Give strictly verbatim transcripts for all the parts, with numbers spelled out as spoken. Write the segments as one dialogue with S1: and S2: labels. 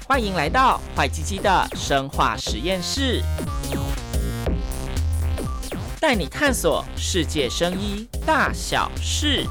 S1: 欢迎来到坏鸡鸡的生化实验室，带你探索世界生医大小事。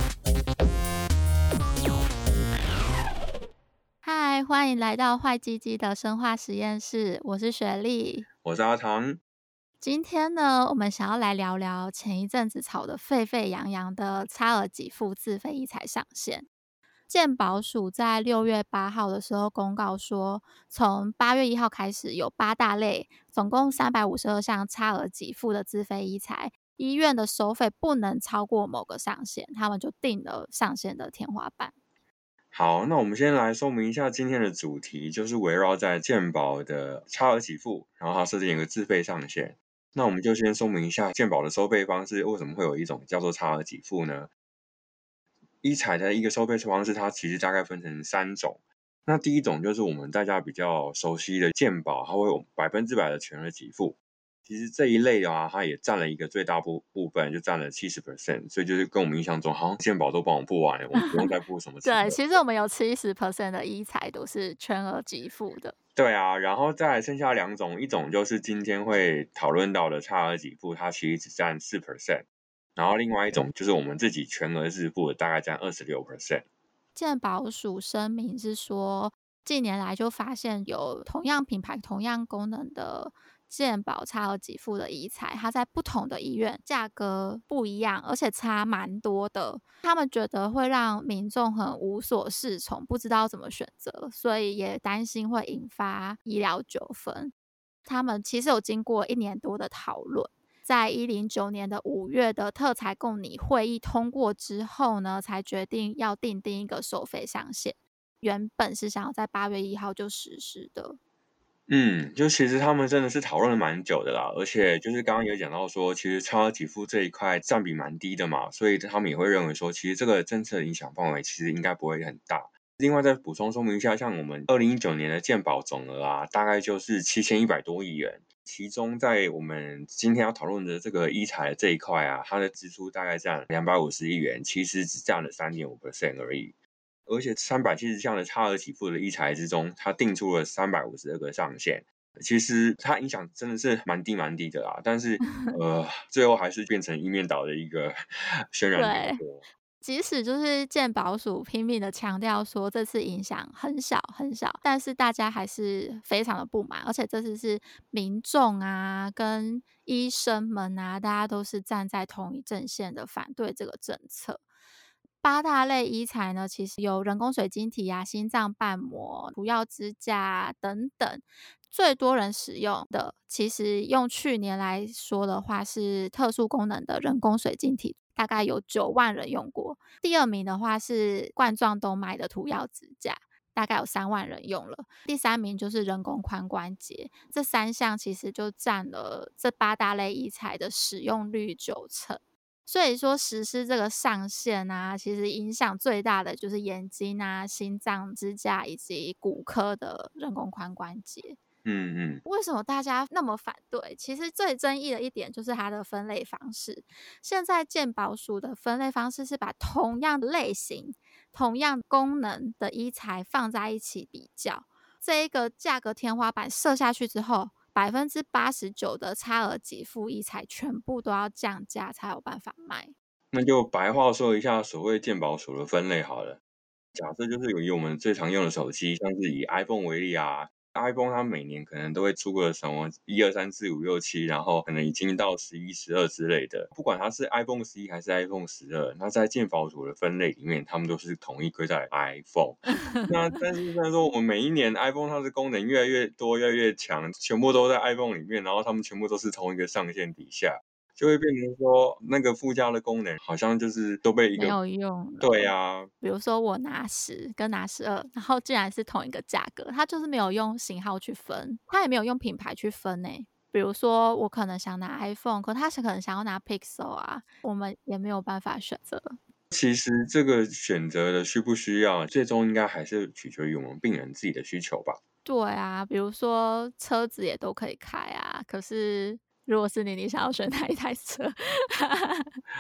S2: 嗨，欢迎来到坏鸡鸡的生化实验室，我是雪莉，
S3: 我是阿唐。
S2: 今天呢，我们想要来聊聊前一阵子吵得沸沸扬扬的差额给付自费医材上线。健保署在六月八号的时候公告说，从八月一号开始，有八大类，总共三百五十二项差额给付的自费医材，医院的收费不能超过某个上限，他们就定了上限的天花板。
S3: 好，那我们先来说明一下今天的主题，就是围绕在健保的差额给付，然后它设定一个自费上限。那我们就先说明一下健保的收费方式为什么会有一种叫做差额给付呢？医材的一个收费方式，它其实大概分成三种。那第一种就是我们大家比较熟悉的健保，它会有百分之百的全额给付。其实这一类的话，它也占了一个最大部部分，就占了 百分之七十， 所以就是跟我们印象中好像健保都帮我们付完了，我们不用再付什么钱。
S2: 对，其实我们有 百分之七十 的医材都是全额给付的。
S3: 对啊，然后再来剩下两种，一种就是今天会讨论到的差额给付，它其实只占 百分之四， 然后另外一种就是我们自己全额自付的，大概占 百分之二十六。
S2: 健保署声明是说，近年来就发现有同样品牌、同样功能的健保差额给付的医材，它在不同的医院价格不一样，而且差蛮多的。他们觉得会让民众很无所适从，不知道怎么选择，所以也担心会引发医疗纠纷。他们其实有经过一年多的讨论，在一零九年的五月的特采共拟会议通过之后呢，才决定要订定一个收费上限。原本是想要在八月一号就实施的。
S3: 嗯，就其实他们真的是讨论了蛮久的啦，而且就是刚刚有讲到说，其实差额给付这一块占比蛮低的嘛，所以他们也会认为说，其实这个政策的影响范围其实应该不会很大。另外再补充说明一下，像我们二零一九年的健保总额啊，大概就是七千一百多亿元，其中在我们今天要讨论的这个医材这一块啊，它的支出大概占两百五十亿元，其实只占了 百分之三点五 而已。而且三百七十项的差额给付的医材之中，它定出了三百五十二个上限，其实它影响真的是蛮低蛮低的啦，但是呃，最后还是变成一面倒的一个轩然大波。
S2: 即使就是健保署拼命的强调说这次影响很小很小，但是大家还是非常的不满，而且这次是民众啊跟医生们啊，大家都是站在同一阵线的反对这个政策。八大类医材呢，其实有人工水晶体啊、心脏瓣膜、涂药支架等等。最多人使用的，其实用去年来说的话，是特殊功能的人工水晶体，大概有九万人用过。第二名的话是冠状动脉的涂药支架，大概有三万人用了。第三名就是人工髋关节，这三项其实就占了这八大类医材的使用率九成。所以说实施这个上限啊，其实影响最大的就是眼睛啊、心脏支架以及骨科的人工髋关节。
S3: 嗯嗯，
S2: 为什么大家那么反对？其实最争议的一点就是它的分类方式。现在健保署的分类方式是把同样类型、同样功能的医材放在一起比较，这一个价格天花板设下去之后，百分之八十九的差额给付医材全部都要降价才有办法卖。
S3: 那就白话说一下所谓健保署的分类好了。假设就是有以我们最常用的手机，像是以 iPhone 为例啊。iPhone 它每年可能都会出个什么一二三四五六七，然后可能已经到十一、十二之类的。不管它是 iPhone 十一还是 iPhone 十二，那在健保署的分类里面，他们都是统一归在 iPhone。那但是虽然说我们每一年 iPhone 它的功能越来越多、越来越强，全部都在 iPhone 里面，然后他们全部都是同一个上限底下。就会变成说，那个附加的功能好像就是都被一个
S2: 没有用了。
S3: 对啊，
S2: 比如说我拿十跟拿十二，然后竟然是同一个价格，它就是没有用型号去分，它也没有用品牌去分欸。比如说我可能想拿 iPhone， 可他是可能想要拿 Pixel 啊，我们也没有办法选择。
S3: 其实这个选择的需不需要，最终应该还是取决于我们病人自己的需求吧。
S2: 对啊，比如说车子也都可以开啊，可是如果是你，你想要选哪一台车？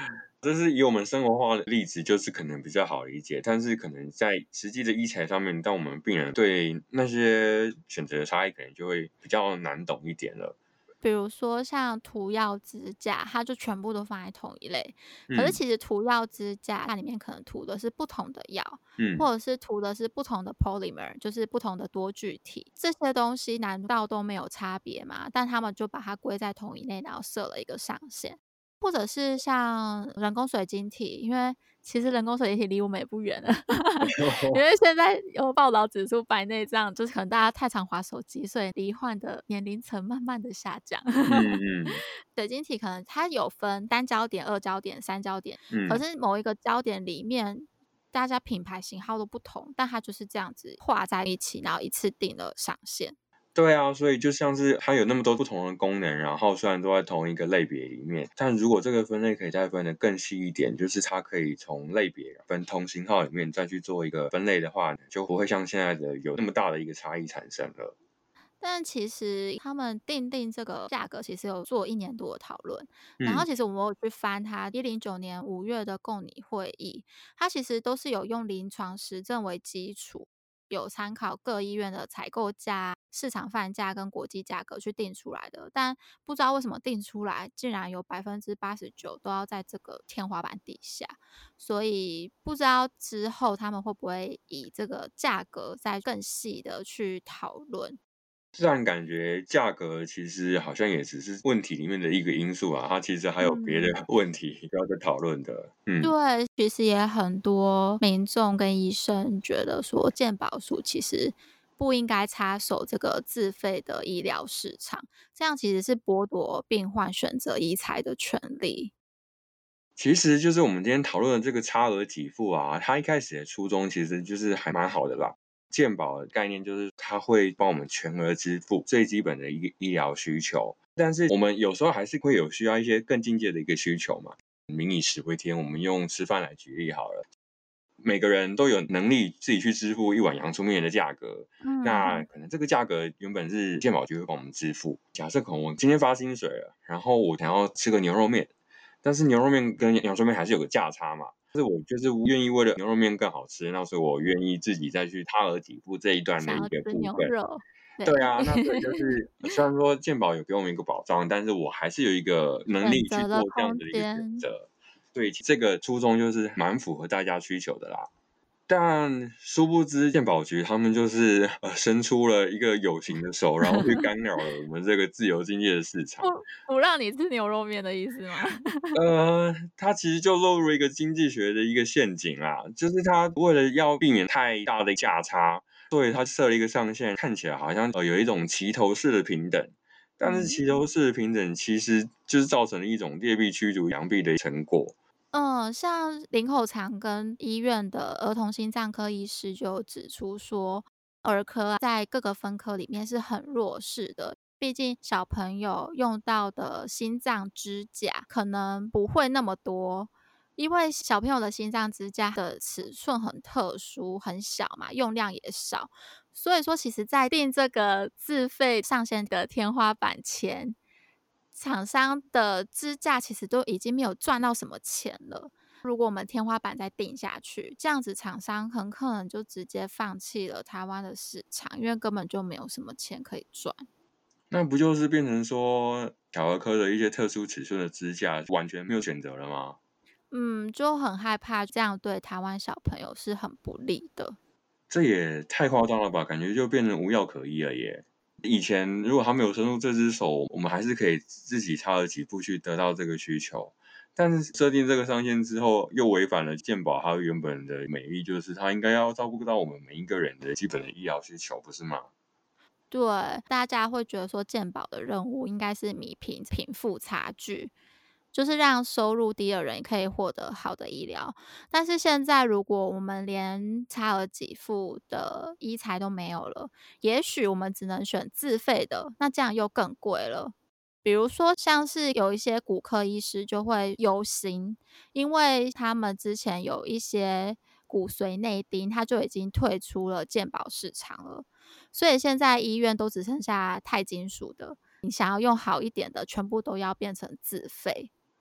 S3: 这是以我们生活化的例子，就是可能比较好理解，但是可能在实际的医材上面，当我们病人对那些选择的差异，可能就会比较难懂一点了。
S2: 比如说像涂药支架，它就全部都放在同一类。可是
S3: 嗯
S2: 其实涂药支架它里面可能涂的是不同的药，
S3: 嗯，
S2: 或者是涂的是不同的 polymer，就是不同的多聚体。这些东西难道都没有差别吗？但他们就把它归在同一类，然后设了一个上限。或者是像人工水晶体，因为其实人工水晶体离我们也不远了，因为现在有报道指出白内障就是可能大家太常滑手机，所以罹患的年龄层慢慢的下降。
S3: 嗯嗯
S2: 水晶体可能它有分单焦点、二焦点、三焦点，可
S3: 嗯。
S2: 是某一个焦点里面，大家品牌型号都不同，但它就是这样子画在一起，然后一次定了上限。
S3: 对啊，所以就像是它有那么多不同的功能，然后虽然都在同一个类别里面，但如果这个分类可以再分得更细一点，就是它可以从类别分同型号里面再去做一个分类的话，就不会像现在的有那么大的一个差异产生了。
S2: 但其实他们定定这个价格，其实有做一年多的讨论。然后
S3: 嗯，
S2: 其实我们有去翻它一零九年五月的共拟会议，它其实都是有用临床实证为基础，有参考各医院的采购价、市场贩价跟国际价格去定出来的。但不知道为什么定出来，竟然有百分之八十九都要在这个天花板底下。所以不知道之后他们会不会以这个价格再更细的去讨论。
S3: 自然感觉价格其实好像也只是问题里面的一个因素啊，它其实还有别的
S2: 嗯，
S3: 问题需要再讨论的。嗯。
S2: 对，其实也很多民众跟医生觉得说，健保署其实不应该插手这个自费的医疗市场，这样其实是剥夺病患选择医材的权利。
S3: 其实就是我们今天讨论的这个差额给付啊，它一开始的初衷其实就是还蛮好的啦。健保的概念就是它会帮我们全额支付最基本的一个医疗需求，但是我们有时候还是会有需要一些更进阶的一个需求嘛。民以食为天，我们用吃饭来举例好了。每个人都有能力自己去支付一碗阳春面的价格，那
S2: 嗯，
S3: 可能这个价格原本是健保局会帮我们支付。假设可能我今天发薪水了，然后我想要吃个牛肉面，但是牛肉面跟阳春面还是有个价差嘛。但是我就是愿意为了牛肉面更好吃，那所以我愿意自己再去差额给付这一段的一
S2: 想要吃
S3: 个部分。
S2: 牛肉，对，
S3: 对啊，那所以就是虽然说健保有给我们一个保障，但是我还是有一个能力去
S2: 选择的
S3: 做这样
S2: 空
S3: 的一个选
S2: 间。
S3: 择。所以这个初衷就是蛮符合大家需求的啦。但殊不知健保局他们就是呃伸出了一个有形的手，然后去干扰了我们这个自由经济的市场。
S2: 不不让你吃牛肉面的意思吗？
S3: 呃，它其实就落入了一个经济学的一个陷阱啦，就是它为了要避免太大的价差，所以它设了一个上限，看起来好像呃有一种齐头式的平等，但是齐头
S2: 嗯。
S3: 式的平等其实就是造成了一种劣币驱逐良币的成果。
S2: 嗯，像林口长庚医院的儿童心脏科医师就有指出说，儿科啊在各个分科里面是很弱势的。毕竟小朋友用到的心脏支架可能不会那么多，因为小朋友的心脏支架的尺寸很特殊、很小嘛，用量也少。所以说，其实在定这个自费上限的天花板前，厂商的支架其实都已经没有赚到什么钱了。如果我们天花板再定下去，这样子厂商很可能就直接放弃了台湾的市场，因为根本就没有什么钱可以赚。
S3: 那不就是变成说小儿科的一些特殊尺寸的支架完全没有选择了吗？
S2: 嗯，就很害怕这样对台湾小朋友是很不利的。
S3: 这也太夸张了吧，感觉就变成无药可医了耶。以前如果他没有伸出这只手，我们还是可以自己差了几步去得到这个需求。但是设定这个上限之后，又违反了健保它原本的美意，就是它应该要照顾到我们每一个人的基本的医疗需求，不是吗？
S2: 对，大家会觉得说健保的任务应该是弥平贫富差距，就是让收入低的人也可以获得好的医疗。但是现在如果我们连差额给付的医材都没有了，也许我们只能选自费的，那这样又更贵了。比如说，像是有一些骨科医师就会忧心，因为他们之前有一些骨髓内钉，它就已经退出了健保市场了。所以现在医院都只剩下钛金属的，你想要用好一点的，全部都要变成自费。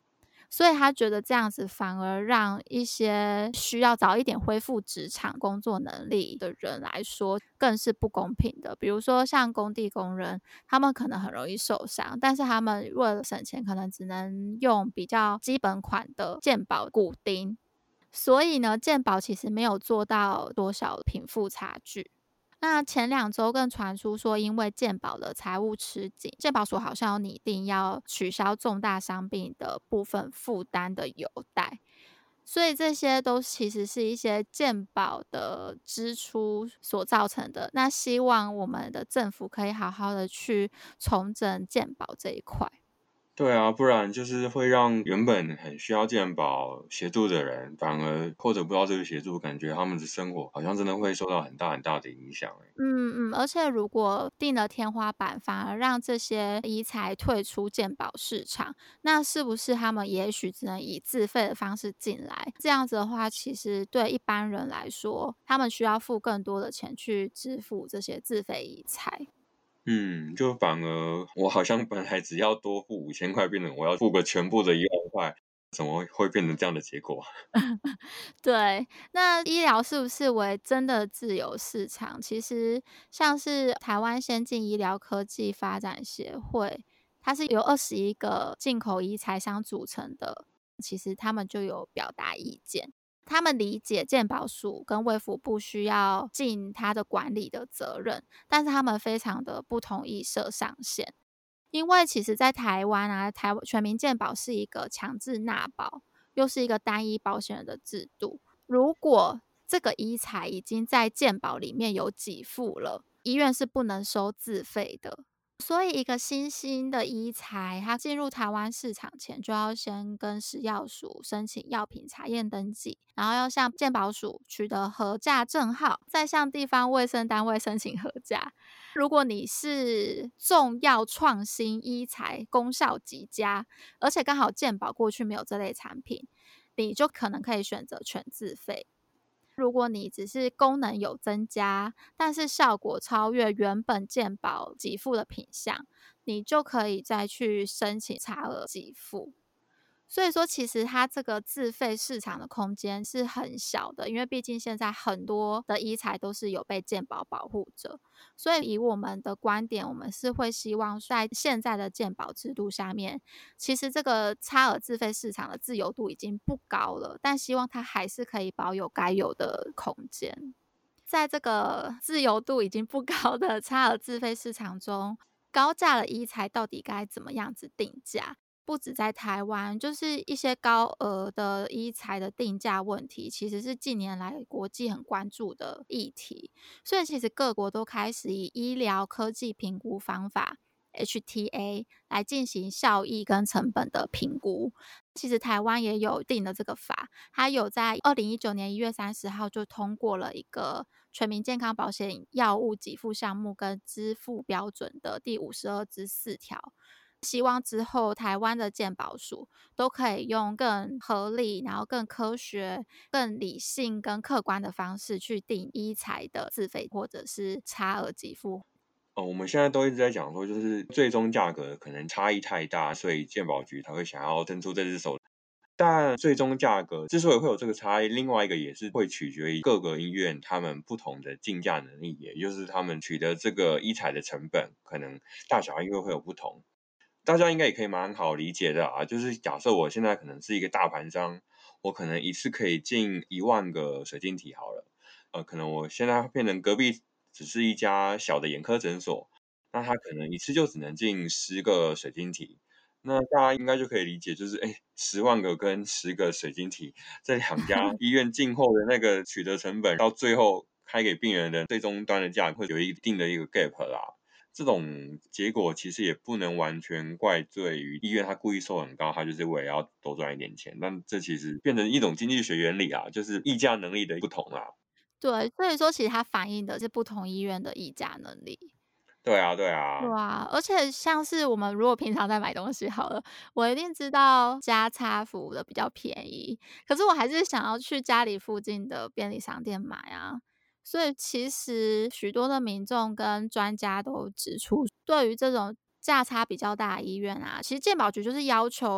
S2: 所以他觉得这样子反而让一些需要早一点恢复职场工作能力的人来说更是不公平的。比如说像工地工人，他们可能很容易受伤，但是他们为了省钱，可能只能用比较基本款的健保固定，所以呢，健保其实没有做到多少贫富差距。那前两周更传出说，因为健保的财务吃紧，健保署好像有拟定要取消重大伤病的部分负担的优待，所以这些都其实是一些健保的支出所造成的。那希望我们的政府可以好好的去重整健保这一块。
S3: 对啊，不然就是会让原本很需要健保协助的人，反而或者不知道这个协助，感觉他们的生活好像真的会受到很大很大的影响欸。
S2: 嗯嗯，而且如果定了天花板，反而让这些医材退出健保市场，那是不是他们也许只能以自费的方式进来？这样子的话，其实对一般人来说，他们需要付更多的钱去支付这些自费医材。
S3: 嗯，就反而我好像本来只要多付五千块，变成我要付个全部的一万块，怎么会变成这样的结果？
S2: 对，那医疗是不是为真的自由市场？其实像是台湾先进医疗科技发展协会，它是由二十一个进口医材商组成的，其实他们就有表达意见。他们理解健保署跟卫福部需要尽他的管理的责任，但是他们非常的不同意设上限。因为其实在台湾啊，台全民健保是一个强制纳保，又是一个单一保险人的制度。如果这个医材已经在健保里面有给付了，医院是不能收自费的。所以一个新兴的医材，它进入台湾市场前，就要先跟食药署申请药品查验登记，然后要向健保署取得核价证号，再向地方卫生单位申请核价。如果你是重药创新医材，功效极佳，而且刚好健保过去没有这类产品，你就可能可以选择全自费。如果你只是功能有增加，但是效果超越原本健保给付的品项，你就可以再去申请差额给付。所以说，其实它这个自费市场的空间是很小的，因为毕竟现在很多的医材都是有被健保保护着，所以以我们的观点，我们是会希望在现在的健保制度下面，其实这个差额自费市场的自由度已经不高了，但希望它还是可以保有该有的空间。在这个自由度已经不高的差额自费市场中，高价的医材到底该怎么样子定价？不止在台湾，就是一些高额的医材的定价问题，其实是近年来国际很关注的议题。所以其实各国都开始以医疗科技评估方法 H T A 来进行效益跟成本的评估。其实台湾也有定的这个法，它有在二零一九年一月三十号就通过了一个全民健康保险药物给付项目跟支付标准的第五十二之四条。希望之后台湾的健保署都可以用更合理，然后更科学、更理性跟客观的方式去定医材的自费或者是差额给付。
S3: 哦，我们现在都一直在讲说，就是最终价格可能差异太大，所以健保局才会想要伸出这只手。但最终价格之所以会有这个差异，另外一个也是会取决于各个医院他们不同的竞价能力，也就是他们取得这个医材的成本，可能大小因为会有不同。大家应该也可以蛮好理解的啊，就是假设我现在可能是一个大盘商，我可能一次可以进一万个水晶体好了，呃，可能我现在变成隔壁只是一家小的眼科诊所，那他可能一次就只能进十个水晶体，那大家应该就可以理解，就是哎，十万个跟十个水晶体，这两家医院进货的那个取得成本，到最后开给病人的最终端的价格会有一定的一个 gap 啦。这种结果其实也不能完全怪罪于医院，他故意收很高，他就是为了要多赚一点钱。但这其实变成一种经济学原理啊，就是议价能力的不同啦。
S2: 对，所以说其实它反映的是不同医院的议价能力。
S3: 对啊，对啊。
S2: 对啊，而且像是我们如果平常在买东西好了，我一定知道加差服务的比较便宜，可是我还是想要去家里附近的便利商店买啊。所以其实许多的民众跟专家都指出，对于这种价差比较大的医院啊，其实健保局就是要求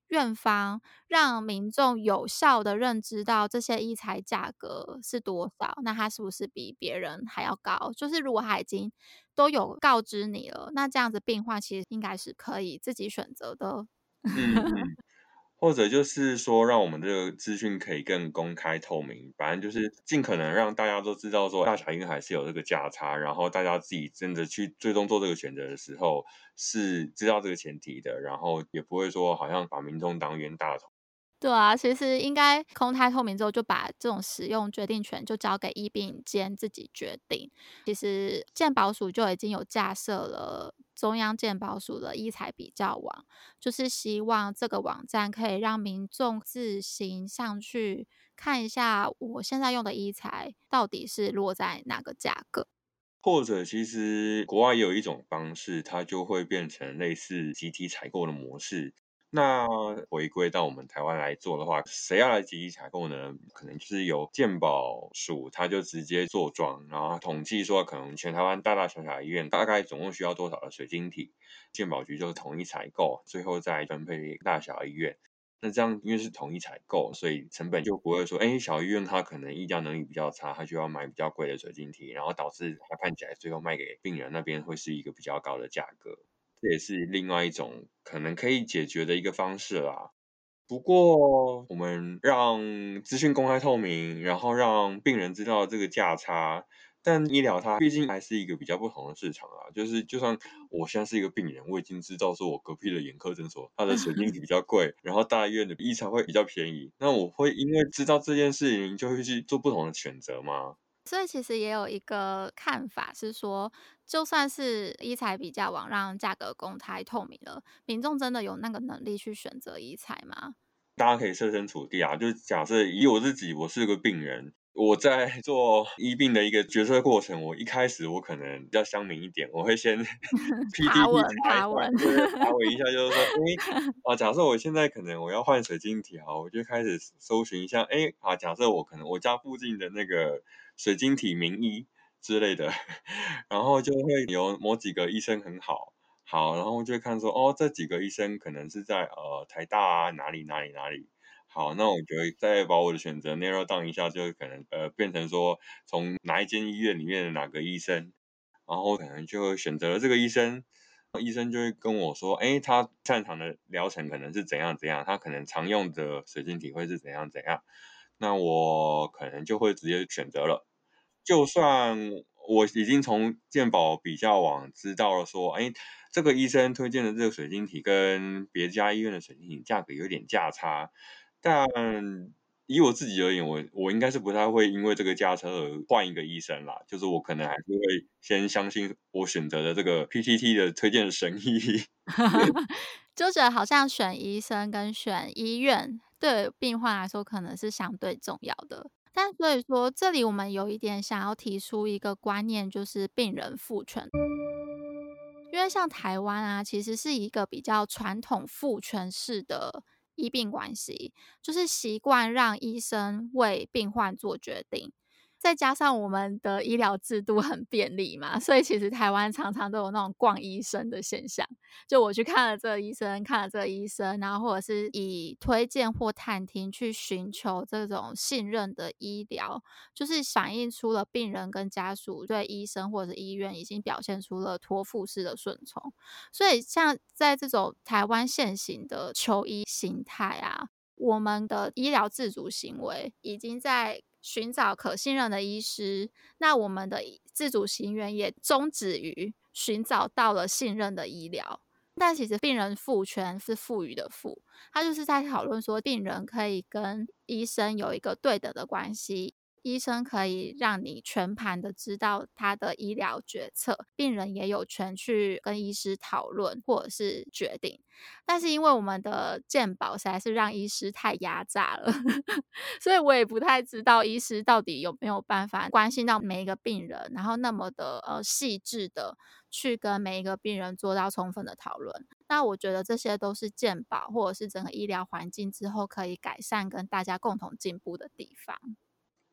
S2: 院方让民众有效的认知到这些医材价格是多少，那它是不是比别人还要高？就是如果他已经都有告知你了，那这样子病患其实应该是可以自己选择的。
S3: 嗯嗯。或者就是说让我们这个资讯可以更公开透明，反正就是尽可能让大家都知道说大小医院还是有这个价差，然后大家自己真的去最终做这个选择的时候是知道这个前提的，然后也不会说好像把民众当冤大头。
S2: 对啊，其实应该公开透明之后，就把这种使用决定权就交给医病监自己决定。其实健保署就已经有架设了中央健保署的医材比较网，就是希望这个网站可以让民众自行上去看一下，我现在用的医材到底是落在哪个价格。
S3: 或者其实国外也有一种方式，它就会变成类似集体采购的模式。那回归到我们台湾来做的话，谁要来集体采购呢？可能就是由健保署，它就直接做庄，然后统计说，可能全台湾大大小小医院大概总共需要多少的水晶体，健保局就统一采购，最后再分配给大小医院。那这样因为是统一采购，所以成本就不会说，哎，小医院它可能议价能力比较差，它就要买比较贵的水晶体，然后导致它看起来最后卖给病人那边会是一个比较高的价格。这也是另外一种可能可以解决的一个方式啦。不过我们让资讯公开透明，然后让病人知道这个价差，但医疗它毕竟还是一个比较不同的市场啊。就是就算我现在是一个病人，我已经知道说我隔壁的眼科诊所它的水晶体比较贵，然后大医院的医材会比较便宜，那我会因为知道这件事情就会去做不同的选择吗？
S2: 所以其实也有一个看法是说，就算是医材比较网让价格公开透明了，民众真的有那个能力去选择医材吗？
S3: 大家可以设身处地啊，就是假设以我自己，我是个病人，我在做医病的一个决策过程，我一开始我可能比较乡民一点，我会先
S2: 爬
S3: P T T
S2: 文
S3: 查一下，
S2: 爬文。
S3: 对对，爬文一下，就是说，哎，啊，假设我现在可能我要换水晶体，好，我就开始搜寻一下，哎，啊，假设我可能我家附近的那个水晶体名医之类的，然后就会有某几个医生很好。好，然后就会看说，哦，这几个医生可能是在呃台大啊哪里哪里哪里。好，那我觉得再把我的选择 narrow down 一下，就可能呃变成说从哪一间医院里面的哪个医生，然后可能就选择了这个医生，医生就会跟我说，哎，他擅长的疗程可能是怎样怎样，他可能常用的水晶体会是怎样怎样，那我可能就会直接选择了。就算我已经从健保比较网知道了说，哎，这个医生推荐的这个水晶体跟别家医院的水晶体价格有点价差，但以我自己而言，我我应该是不太会因为这个价差而换一个医生啦，就是我可能还是会先相信我选择的这个 P T T 的推荐神医。
S2: 就觉得好像选医生跟选医院，对病患来说可能是相对重要的。但所以说，这里我们有一点想要提出一个观念，就是病人父权。因为像台湾啊，其实是一个比较传统父权式的医病关系，就是习惯让医生为病患做决定。再加上我们的医疗制度很便利嘛，所以其实台湾常常都有那种逛医生的现象。就我去看了这个医生，看了这个医生，然后或者是以推荐或探听去寻求这种信任的医疗，就是反映出了病人跟家属对医生或者医院已经表现出了托付式的顺从。所以像在这种台湾现行的求医形态啊，我们的医疗自主行为已经在寻找可信任的医师，那我们的自主行为也终止于寻找到了信任的医疗。但其实病人赋权是赋予的赋，他就是在讨论说病人可以跟医生有一个对等的关系，医生可以让你全盘的知道他的医疗决策，病人也有权去跟医师讨论或者是决定。但是因为我们的健保实在是让医师太压榨了，所以我也不太知道医师到底有没有办法关心到每一个病人，然后那么的呃细致的去跟每一个病人做到充分的讨论。那我觉得这些都是健保或者是整个医疗环境之后可以改善跟大家共同进步的地方。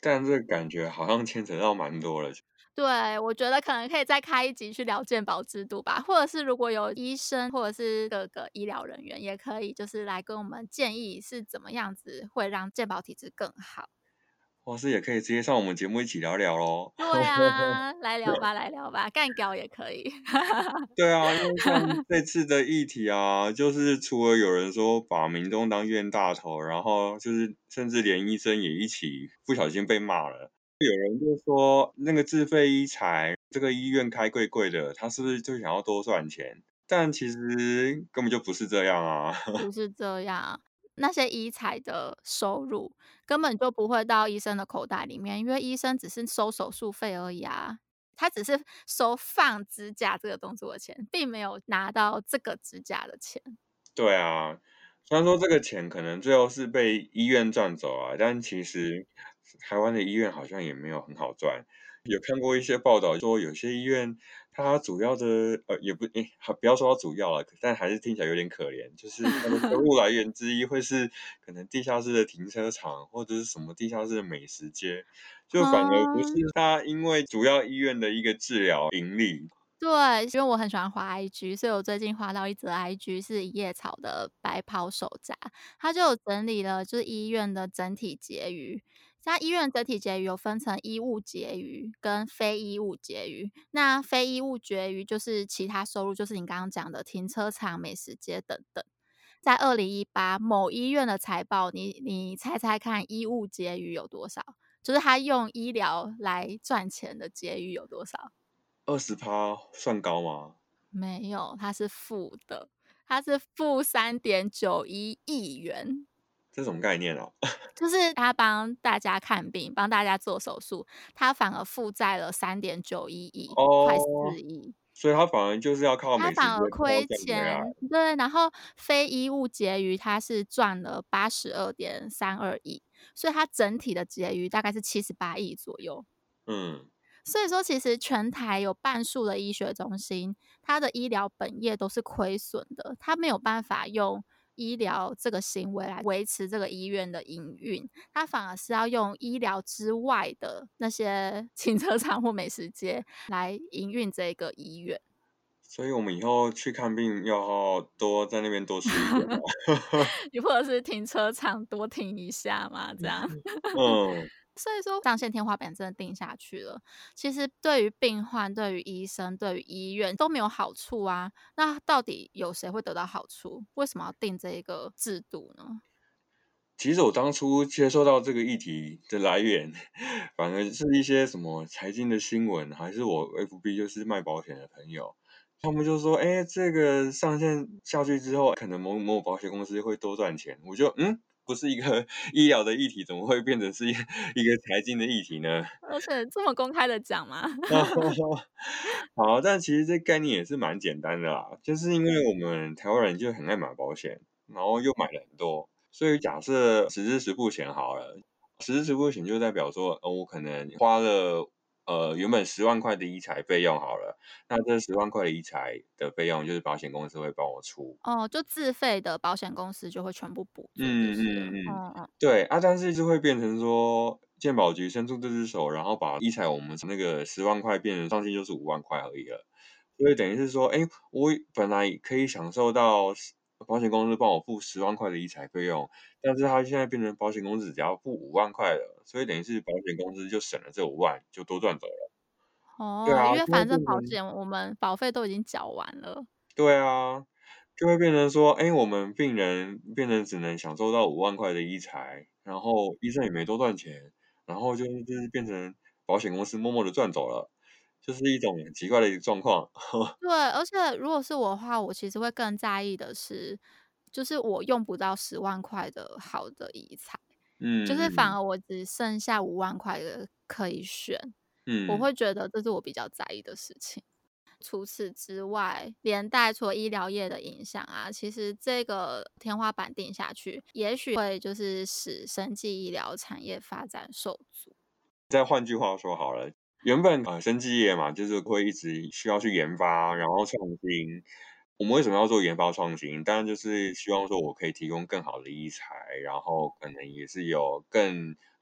S3: 但这个感觉好像牵扯到蛮多了。
S2: 对，我觉得可能可以再开一集去聊健保制度吧，或者是如果有医生或者是各个医疗人员，也可以就是来跟我们建议是怎么样子会让健保体制更好。
S3: 或是也可以直接上我们节目一起聊聊咯。
S2: 对啊，来聊吧来聊吧，干屌也可以。
S3: 对啊，因为像这次的议题啊，就是除了有人说把民众当冤大头，然后就是甚至连医生也一起不小心被骂了。有人就说那个自费医材，这个医院开贵贵的，他是不是就想要多赚钱？但其实根本就不是这样啊。
S2: 不是这样，那些医材的收入根本就不会到医生的口袋里面，因为医生只是收手术费而已啊，他只是收放指甲这个动作的钱，并没有拿到这个指甲的钱。
S3: 对啊，虽然说这个钱可能最后是被医院赚走啊，但其实台湾的医院好像也没有很好赚。有看过一些报道说，有些医院它主要的呃，也不诶，好不要说它主要了，但还是听起来有点可怜。就是它的收入来源之一会是可能地下室的停车场，或者是什么地下室的美食街，就反而不是
S2: 嗯，
S3: 它因为主要医院的一个治疗盈利。
S2: 对，因为我很喜欢滑 I G，所以我最近滑到一则 I G 是一叶草的白袍手札，它就有整理了就是医院的整体结余。像医院整体结余有分成医务结余跟非医务结余，那非医务结余就是其他收入，就是你刚刚讲的停车场、美食街等等。在二零一八某医院的财报，你你猜猜看医务结余有多少？就是他用医疗来赚钱的结余有多少？
S3: 二十趴算高吗？
S2: 没有，它是负的，它是负三点九一亿元。
S3: 这种概念啊？
S2: 就是他帮大家看病，帮大家做手术，他反而负债了三点九一亿，快
S3: 哦。
S2: 四亿。
S3: 所以他反而就是要靠美
S2: 他
S3: 食街
S2: 反而亏
S3: 把它赚回来。
S2: 钱，对，然后非医务结余他是赚了八十二点三二亿，所以他整体的结余大概是七十八亿左右。
S3: 嗯，
S2: 所以说其实全台有半数的医学中心，它的医疗本业都是亏损的，它没有办法用医疗这个行为来维持这个医院的营运，它反而是要用医疗之外的那些停车场或美食街来营运这个医院。
S3: 所以我们以后去看病要多在那边多吃一点嘛。
S2: 你或者是停车场多停一下嘛，这样。
S3: 嗯，
S2: 所以说上限天花板真的定下去了，其实对于病患、对于医生、对于医院都没有好处啊。那到底有谁会得到好处？为什么要定这一个制度呢？
S3: 其实我当初接受到这个议题的来源，反而是一些什么财经的新闻，还是我 F B 就是卖保险的朋友，他们就说：“哎，这个上线下去之后，可能某某保险公司会多赚钱。”我就嗯，不是一个医疗的议题，怎么会变成是一一个财经的议题呢？
S2: 而且这么公开的讲吗？
S3: 好，但其实这概念也是蛮简单的啦，就是因为我们台湾人就很爱买保险，然后又买了很多，所以假设实支实付险好了，实支实付险就代表说，呃，我可能花了呃原本十万块的医材费用好了，那这十万块的医材的费用就是保险公司会帮我出。
S2: 哦，就自费的保险公司就会全部补助，就
S3: 嗯
S2: 是了。
S3: 嗯嗯，
S2: 嗯嗯。
S3: 对啊，但是就会变成说，健保局伸出这只手，然后把医材我们从那个十万块变成上限就是五万块而已了。所以等于是说，哎，我本来可以享受到十保险公司帮我付十万块的医材费用，但是他现在变成保险公司只要付五万块了，所以等于是保险公司就省了这五万，就多赚走了。对
S2: 哦，
S3: 啊，
S2: 因为
S3: 就会
S2: 反正
S3: 变成
S2: 保险我们保费都已经缴完了。
S3: 对啊，就会变成说，哎，我们病人变成只能享受到五万块的医材，然后医生也没多赚钱，然后就是就是变成保险公司默默的赚走了，就是一种很奇怪的一个状况。
S2: 对，而且如果是我的话，我其实会更在意的是，就是我用不到十万块的好的医材，就是反
S3: 嗯嗯
S2: 而我只剩下五万块的可以选，我
S3: 嗯。
S2: 会觉得这是我比较在意的事情。除此之外，连带除了医疗业的影响啊，其实这个天花板定下去，也许会就是使生技医疗产业发展受阻。
S3: 再换句话说好了，原本呃生技业嘛，就是会一直需要去研发，然后创新。我们为什么要做研发创新？当然就是希望说我可以提供更好的医材，然后可能也是有更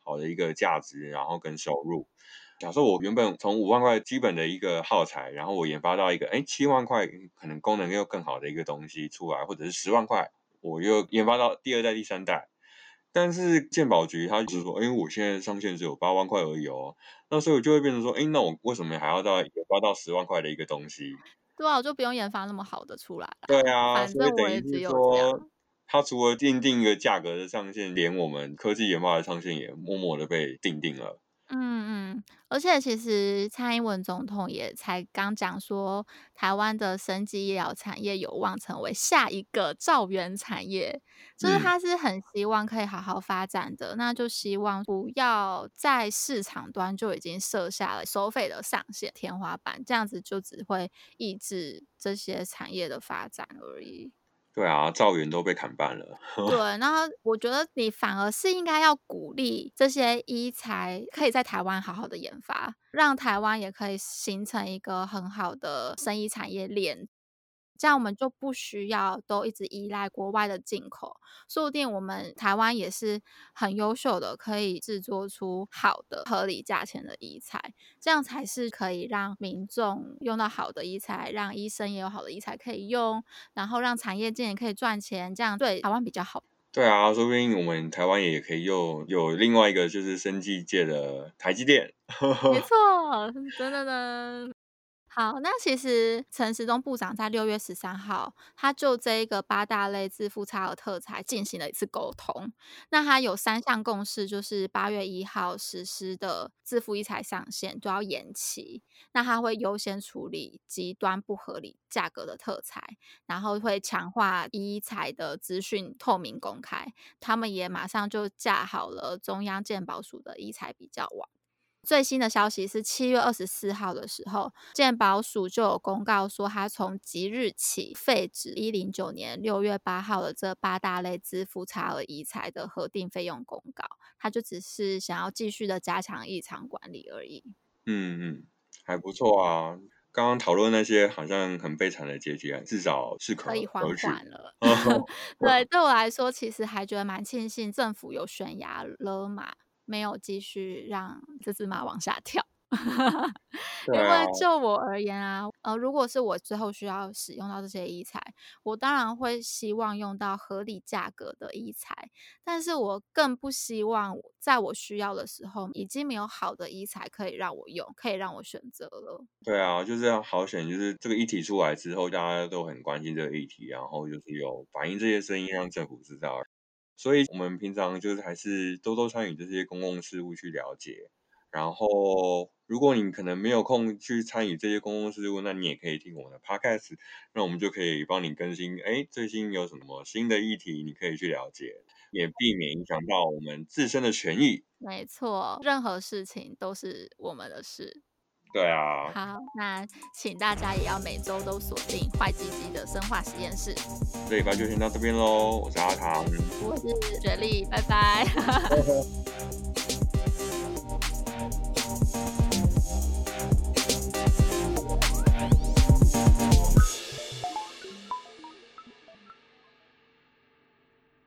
S3: 好的一个价值，然后跟收入。假设我原本从五万块基本的一个耗材，然后我研发到一个哎七万块可能功能又更好的一个东西出来，或者是十万块，我又研发到第二代、第三代。但是健保局它就是说，哎，我现在上限只有八万块而已哦，那所以我就会变成说，哎，那我为什么还要到研发到十万块的一个东西？
S2: 对啊，我就不用研发那么好的出来啦，
S3: 对啊，
S2: 反
S3: 所以等于
S2: 正我也只
S3: 是
S2: 有这样。
S3: 说，它除了定定一个价格的上限，连我们科技研发的上限也默默的被定定了。
S2: 嗯嗯，而且其实蔡英文总统也才刚讲说，台湾的生技医疗产业有望成为下一个兆元产业，就是
S3: 嗯，
S2: 他是很希望可以好好发展的，那就希望不要在市场端就已经设下了收费的上限天花板，这样子就只会抑制这些产业的发展而已。
S3: 对啊，兆元都被砍半了。
S2: 对，那我觉得你反而是应该要鼓励这些医材可以在台湾好好的研发，让台湾也可以形成一个很好的生医产业链。这样我们就不需要都一直依赖国外的进口，说不定我们台湾也是很优秀的，可以制作出好的、合理价钱的医材，这样才是可以让民众用到好的医材，让医生也有好的医材可以用，然后让产业界也可以赚钱，这样对台湾比较好。
S3: 对啊，说不定我们台湾也可以又有另外一个就是生技界的台积电。
S2: 没错，噔噔噔。好，那其实陈时中部长在六月十三号，他就这一个八大类自负差额特材进行了一次沟通。那他有三项共识，就是八月一号实施的自负医材上限都要延期。那他会优先处理极端不合理价格的特材，然后会强化医材的资讯透明公开。他们也马上就架好了中央健保署的医材比较网。最新的消息是七月二十四号的时候，健保署就有公告说，他从即日起废止一零九年六月八号的这八大类支付差额医材的核定费用公告，他就只是想要继续的加强异常管理而已。
S3: 嗯嗯，还不错啊。刚刚讨论那些好像很悲惨的结局啊，至少是可
S2: 可以缓
S3: 可取。
S2: 缓了。
S3: 哦
S2: 对，对我来说，其实还觉得蛮庆幸政府有悬崖勒马，没有继续让这只马往下跳。
S3: 对
S2: 因
S3: 啊，
S2: 为就我而言啊，呃，如果是我之后需要使用到这些医材，我当然会希望用到合理价格的医材，但是我更不希望在我需要的时候，已经没有好的医材可以让我用，可以让我选择了。
S3: 对啊，就是要好险，就是这个议题出来之后，大家都很关心这个议题，然后就是有反映这些声音，让政府知道。所以我们平常就是还是多多参与这些公共事务去了解。然后，如果你可能没有空去参与这些公共事务，那你也可以听我们的 podcast，那我们就可以帮你更新，哎，最近有什么新的议题，你可以去了解，也避免影响到我们自身的权益。
S2: 没错，任何事情都是我们的事。
S3: 对啊，
S2: 好，那请大家也要每周都锁定坏鸡鸡的生化实验室。
S3: 这礼拜就先到这边喽，我是阿唐。
S2: 我是雪莉，拜拜。